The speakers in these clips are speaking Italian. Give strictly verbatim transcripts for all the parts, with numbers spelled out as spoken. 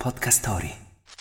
Podcast Story.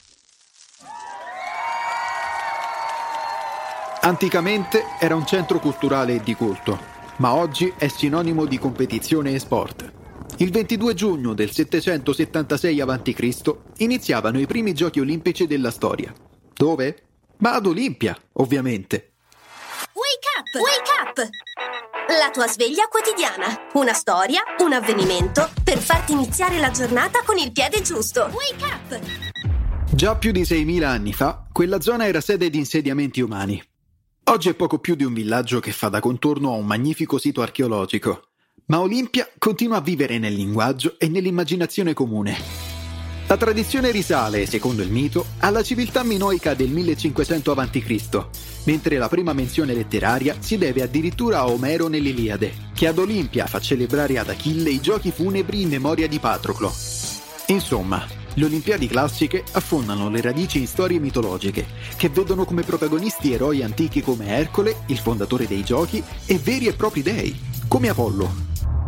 Anticamente era un centro culturale e di culto, ma oggi è sinonimo di competizione e sport. Il ventidue giugno del settecentosettantasei avanti Cristo iniziavano i primi giochi olimpici della storia. Dove? Ma ad Olimpia, ovviamente. Wake up! Wake up! La tua sveglia quotidiana. Una storia, un avvenimento per farti iniziare la giornata con il piede giusto. Wake up! Già più di seimila anni fa, quella zona era sede di insediamenti umani. Oggi è poco più di un villaggio che fa da contorno a un magnifico sito archeologico. Ma Olimpia continua a vivere nel linguaggio e nell'immaginazione comune. La tradizione risale, secondo il mito, alla civiltà minoica del millecinquecento avanti Cristo, mentre la prima menzione letteraria si deve addirittura a Omero nell'Iliade, che ad Olimpia fa celebrare ad Achille i giochi funebri in memoria di Patroclo. Insomma, le Olimpiadi classiche affondano le radici in storie mitologiche, che vedono come protagonisti eroi antichi come Ercole, il fondatore dei giochi, e veri e propri dei, come Apollo.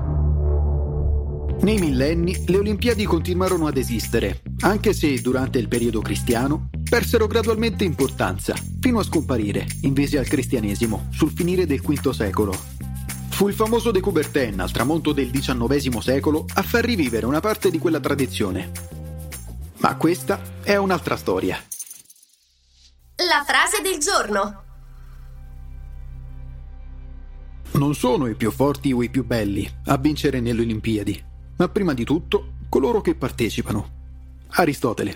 Nei millenni le Olimpiadi continuarono ad esistere, anche se durante il periodo cristiano persero gradualmente importanza, fino a scomparire, invece al cristianesimo, sul finire del quinto secolo. Fu il famoso De Coubertin, al tramonto del diciannovesimo secolo, a far rivivere una parte di quella tradizione. Ma questa è un'altra storia. La frase del giorno. Non sono i più forti o i più belli a vincere nelle Olimpiadi, ma prima di tutto coloro che partecipano. Aristotele.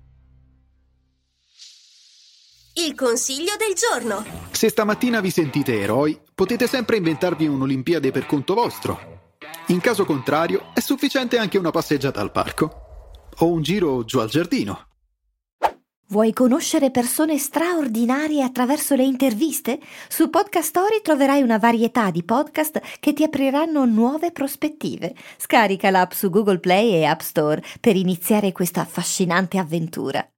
Il consiglio del giorno. Se stamattina vi sentite eroi, potete sempre inventarvi un'Olimpiade per conto vostro. In caso contrario, è sufficiente anche una passeggiata al parco o un giro giù al giardino. Vuoi conoscere persone straordinarie attraverso le interviste? Su Podcast Story troverai una varietà di podcast che ti apriranno nuove prospettive. Scarica l'app su Google Play e App Store per iniziare questa affascinante avventura.